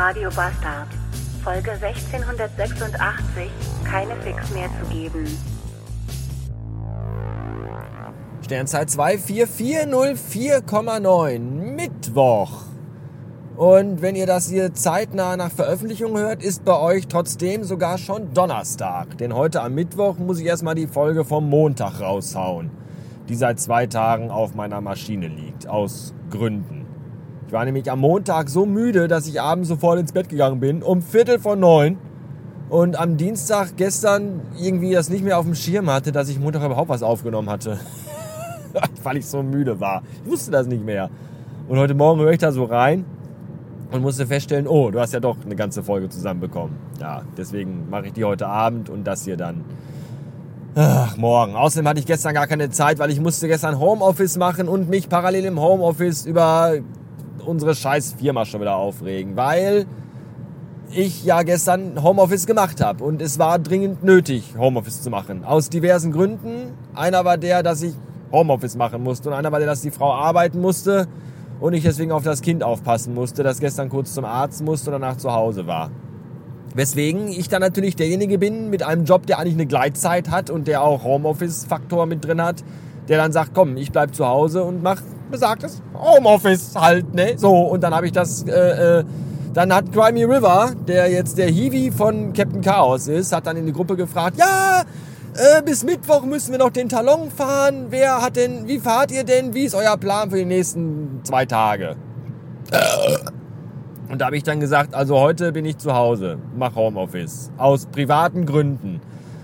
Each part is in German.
Radio Bastard. Folge 1686, keine Fix mehr zu geben. Sternzeit 24404,9, Mittwoch. Und wenn ihr das hier zeitnah nach Veröffentlichung hört, ist bei euch trotzdem sogar schon Donnerstag. Denn heute am Mittwoch muss ich erstmal die Folge vom Montag raushauen, die seit 2 Tagen auf meiner Maschine liegt, aus Gründen. Ich war nämlich am Montag so müde, dass ich abends sofort ins Bett gegangen bin, um 8:45. Und am Dienstag gestern irgendwie das nicht mehr auf dem Schirm hatte, dass ich Montag überhaupt was aufgenommen hatte. Weil ich so müde war. Ich wusste das nicht mehr. Und heute Morgen höre ich da so rein und musste feststellen, oh, du hast ja doch eine ganze Folge zusammenbekommen. Ja, deswegen mache ich die heute Abend und das hier dann morgen. Außerdem hatte ich gestern gar keine Zeit, weil ich musste gestern Homeoffice machen und mich parallel im Homeoffice über unsere scheiß Firma schon wieder aufregen, weil ich ja gestern Homeoffice gemacht habe und es war dringend nötig, Homeoffice zu machen. Aus diversen Gründen. Einer war der, dass ich Homeoffice machen musste und einer war der, dass die Frau arbeiten musste und ich deswegen auf das Kind aufpassen musste, das gestern kurz zum Arzt musste und danach zu Hause war. Weswegen ich dann natürlich derjenige bin mit einem Job, der eigentlich eine Gleitzeit hat und der auch Homeoffice-Faktor mit drin hat, der dann sagt, komm, ich bleib zu Hause und mach besagtes Homeoffice halt, ne? So, und dann habe ich das, dann hat Crimey River, der jetzt der Hiwi von Captain Chaos ist, hat dann in die Gruppe gefragt, ja, bis Mittwoch müssen wir noch den Talon fahren, wie fahrt ihr denn, wie ist euer Plan für die nächsten 2 Tage? Und da habe ich dann gesagt, also heute bin ich zu Hause, mach Homeoffice, aus privaten Gründen.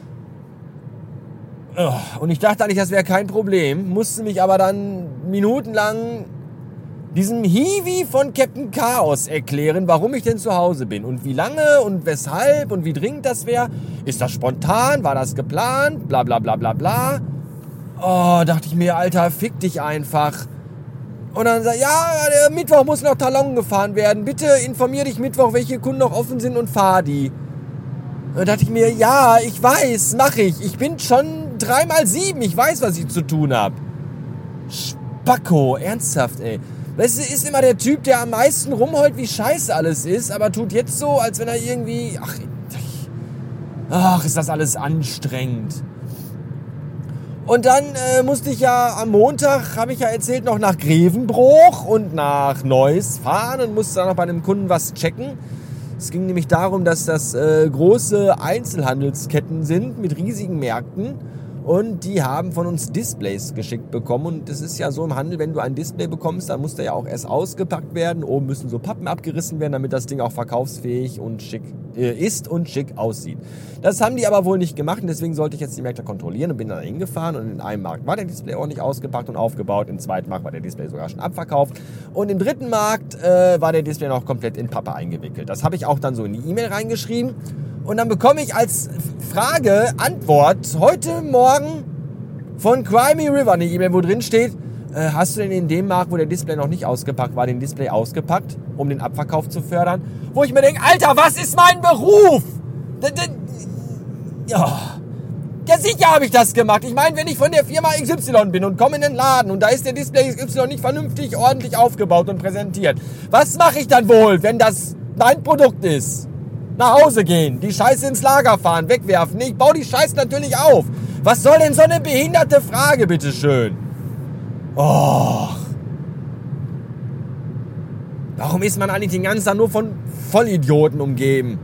Und ich dachte eigentlich, das wäre kein Problem, musste mich aber dann minutenlang diesem Hiwi von Captain Chaos erklären, warum ich denn zu Hause bin und wie lange und weshalb und wie dringend das wäre. Ist das spontan? War das geplant? Bla bla bla bla bla. Oh, dachte ich mir, Alter, fick dich einfach. Und dann sagt, ja, der Mittwoch muss noch Talon gefahren werden. Bitte informier dich Mittwoch, welche Kunden noch offen sind und fahr die. Und da dachte ich mir, ja, ich weiß, mach ich. Ich bin schon 3x7, ich weiß, was ich zu tun habe. Spacko, ernsthaft, ey. Weißt du, ist immer der Typ, der am meisten rumheult, wie scheiße alles ist, aber tut jetzt so, als wenn er irgendwie... Ach, ist das alles anstrengend. Und dann musste ich ja am Montag, habe ich ja erzählt, noch nach Grevenbroich und nach Neuss fahren und musste dann noch bei einem Kunden was checken. Es ging nämlich darum, dass das große Einzelhandelsketten sind mit riesigen Märkten und die haben von uns Displays geschickt bekommen und das ist ja so im Handel, wenn du ein Display bekommst, dann muss der ja auch erst ausgepackt werden, oben müssen so Pappen abgerissen werden, damit das Ding auch verkaufsfähig und schick ist und schick aussieht. Das haben die aber wohl nicht gemacht und deswegen sollte ich jetzt die Märkte kontrollieren und bin dann hingefahren und in einem Markt war der Display ordentlich ausgepackt und aufgebaut, im zweiten Markt war der Display sogar schon abverkauft und im dritten Markt war der Display noch komplett in Pappe eingewickelt. Das habe ich auch dann so in die E-Mail reingeschrieben und dann bekomme ich als Frage, Antwort, heute Morgen von Crimey River eine E-Mail, wo drin steht, hast du denn in dem Markt, wo der Display noch nicht ausgepackt war, den Display ausgepackt, um den Abverkauf zu fördern? Wo ich mir denke, Alter, was ist mein Beruf? Ja, sicher habe ich das gemacht. Ich meine, wenn ich von der Firma XY bin und komme in den Laden und da ist der Display XY nicht vernünftig, ordentlich aufgebaut und präsentiert, was mache ich dann wohl, wenn das mein Produkt ist? Nach Hause gehen, die Scheiße ins Lager fahren, wegwerfen. Nee, ich baue die Scheiße natürlich auf. Was soll denn so eine behinderte Frage, bitteschön? Oh. Warum ist man eigentlich den ganzen Tag nur von Vollidioten umgeben?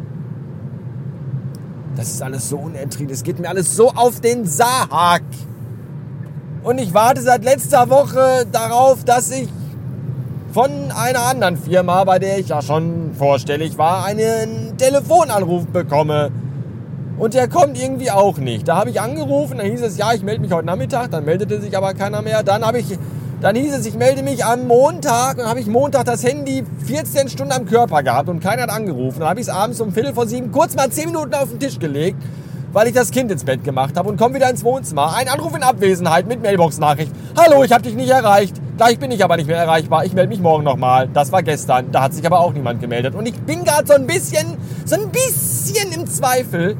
Das ist alles so unerträglich. Es geht mir alles so auf den Sack. Und ich warte seit letzter Woche darauf, dass ich von einer anderen Firma, bei der ich ja schon vorstellig war, einen Telefonanruf bekomme. Und der kommt irgendwie auch nicht. Da habe ich angerufen, dann hieß es, ja, ich melde mich heute Nachmittag, dann meldete sich aber keiner mehr. Dann hieß es, ich melde mich am Montag und habe ich Montag das Handy 14 Stunden am Körper gehabt und keiner hat angerufen. Dann habe ich es abends um 6:45 kurz mal 10 Minuten auf den Tisch gelegt, weil ich das Kind ins Bett gemacht habe und komme wieder ins Wohnzimmer. Ein Anruf in Abwesenheit mit Mailbox-Nachricht. Hallo, ich habe dich nicht erreicht. Gleich bin ich aber nicht mehr erreichbar. Ich melde mich morgen nochmal. Das war gestern. Da hat sich aber auch niemand gemeldet. Und ich bin gerade so ein bisschen im Zweifel,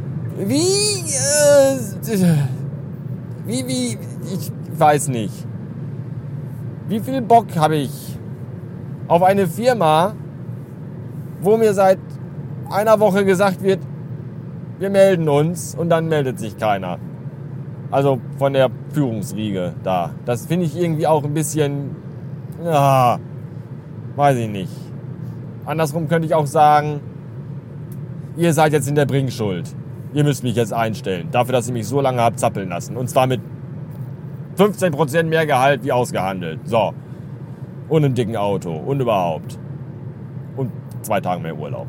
ich weiß nicht. Wie viel Bock habe ich auf eine Firma, wo mir seit einer Woche gesagt wird, wir melden uns und dann meldet sich keiner. Also von der Führungsriege da. Das finde ich irgendwie auch ein bisschen, ja, weiß ich nicht. Andersrum könnte ich auch sagen, ihr seid jetzt in der Bringschuld. Ihr müsst mich jetzt einstellen. Dafür, dass ihr mich so lange habt zappeln lassen. Und zwar mit 15% mehr Gehalt wie ausgehandelt. So. Und einem dicken Auto. Und überhaupt. Und 2 Tage mehr Urlaub.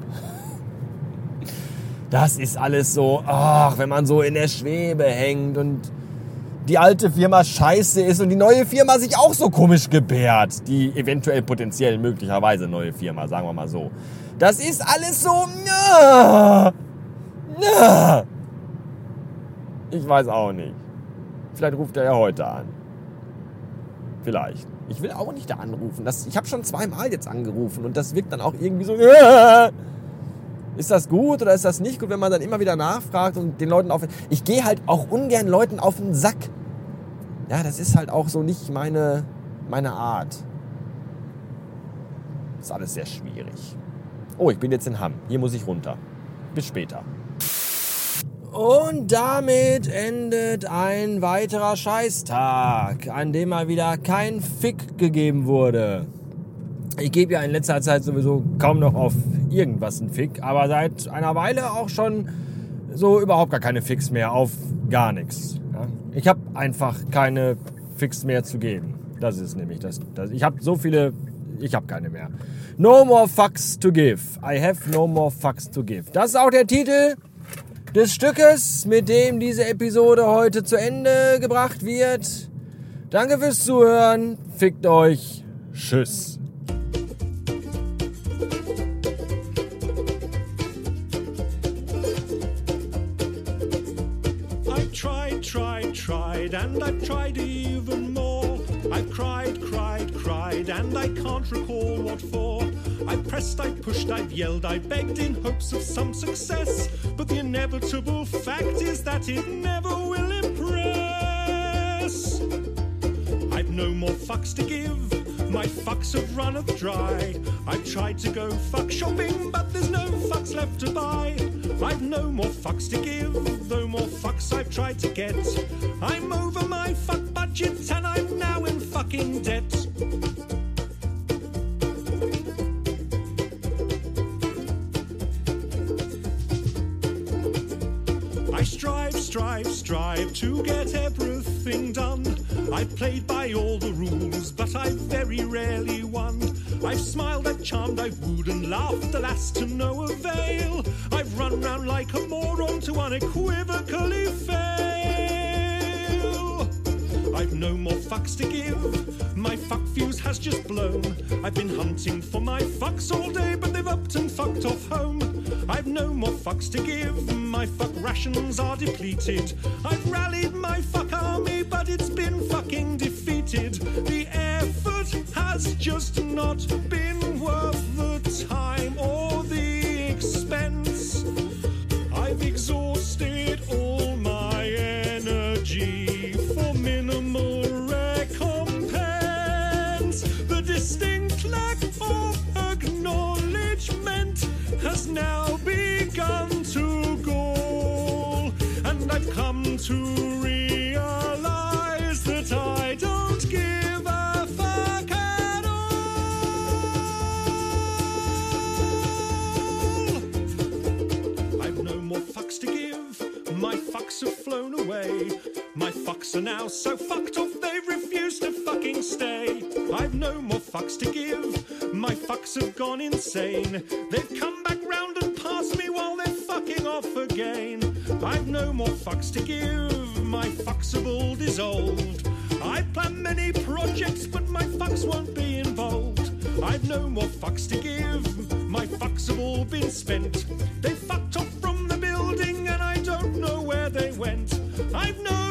Das ist alles so, ach, wenn man so in der Schwebe hängt und die alte Firma scheiße ist und die neue Firma sich auch so komisch gebärt. Die eventuell potenziell möglicherweise neue Firma, sagen wir mal so. Das ist alles so, ich weiß auch nicht. Vielleicht ruft er ja heute an. Vielleicht. Ich will auch nicht da anrufen. Ich habe schon 2-mal jetzt angerufen und das wirkt dann auch irgendwie so, ist das gut oder ist das nicht gut, wenn man dann immer wieder nachfragt und den Leuten ich gehe halt auch ungern Leuten auf den Sack. Ja, das ist halt auch so nicht meine Art. Ist alles sehr schwierig. Oh, ich bin jetzt in Hamm. Hier muss ich runter. Bis später. Und damit endet ein weiterer Scheißtag, an dem mal wieder kein Fick gegeben wurde. Ich gebe ja in letzter Zeit sowieso kaum noch auf irgendwas einen Fick, aber seit einer Weile auch schon so überhaupt gar keine Ficks mehr auf gar nichts. Ja? Ich habe einfach keine Ficks mehr zu geben. Das ist nämlich das. Ich habe so viele, ich habe keine mehr. No more fucks to give. I have no more fucks to give. Das ist auch der Titel des Stückes, mit dem diese Episode heute zu Ende gebracht wird. Danke fürs Zuhören. Fickt euch. Tschüss. Tried, and I've tried even more. I've cried, and I can't recall what for. I pressed, I pushed, I've yelled, I begged in hopes of some success. But the inevitable fact is that it never will impress. I've no more fucks to give, my fucks have runneth dry. I've tried to go fuck shopping, but there's no fucks left to buy. I've no more fucks to give, though more fucks I've tried to get. I'm over my fuck budget and I'm now in fucking debt. I strive to get everything done. I've played by all the rules, but I've very rarely won. I've smiled, I've charmed, I've wooed and laughed, alas to no avail. I've run round like a moron to unequivocally fail. I've no more fucks to give, my fuck fuse has just blown. I've been hunting for my fucks all day, but they've upped and fucked off home. I've no more fucks to give, my fuck rations are depleted. I've rallied my fuck army, but it's been fucking defeated. The effort has just not been worth the time or the expense. I've exhausted all my energy for minimal recompense. The distinct lack of acknowledgement has now begun to gall, and I've come to realize that I don't give a fuck at all. I've no more fucks to give, my fucks have flown away. My fucks are now so fucked off they refuse to fucking stay. I've no more fucks to give, my fucks have gone insane. They've come back round and passed me while they're fucking off again. I've no more fucks to give, my fucks have all dissolved. I plan many projects but my fucks won't be involved. I've no more fucks to give, my fucks have all been spent. They fucked off from the building and I don't know where they went. I've no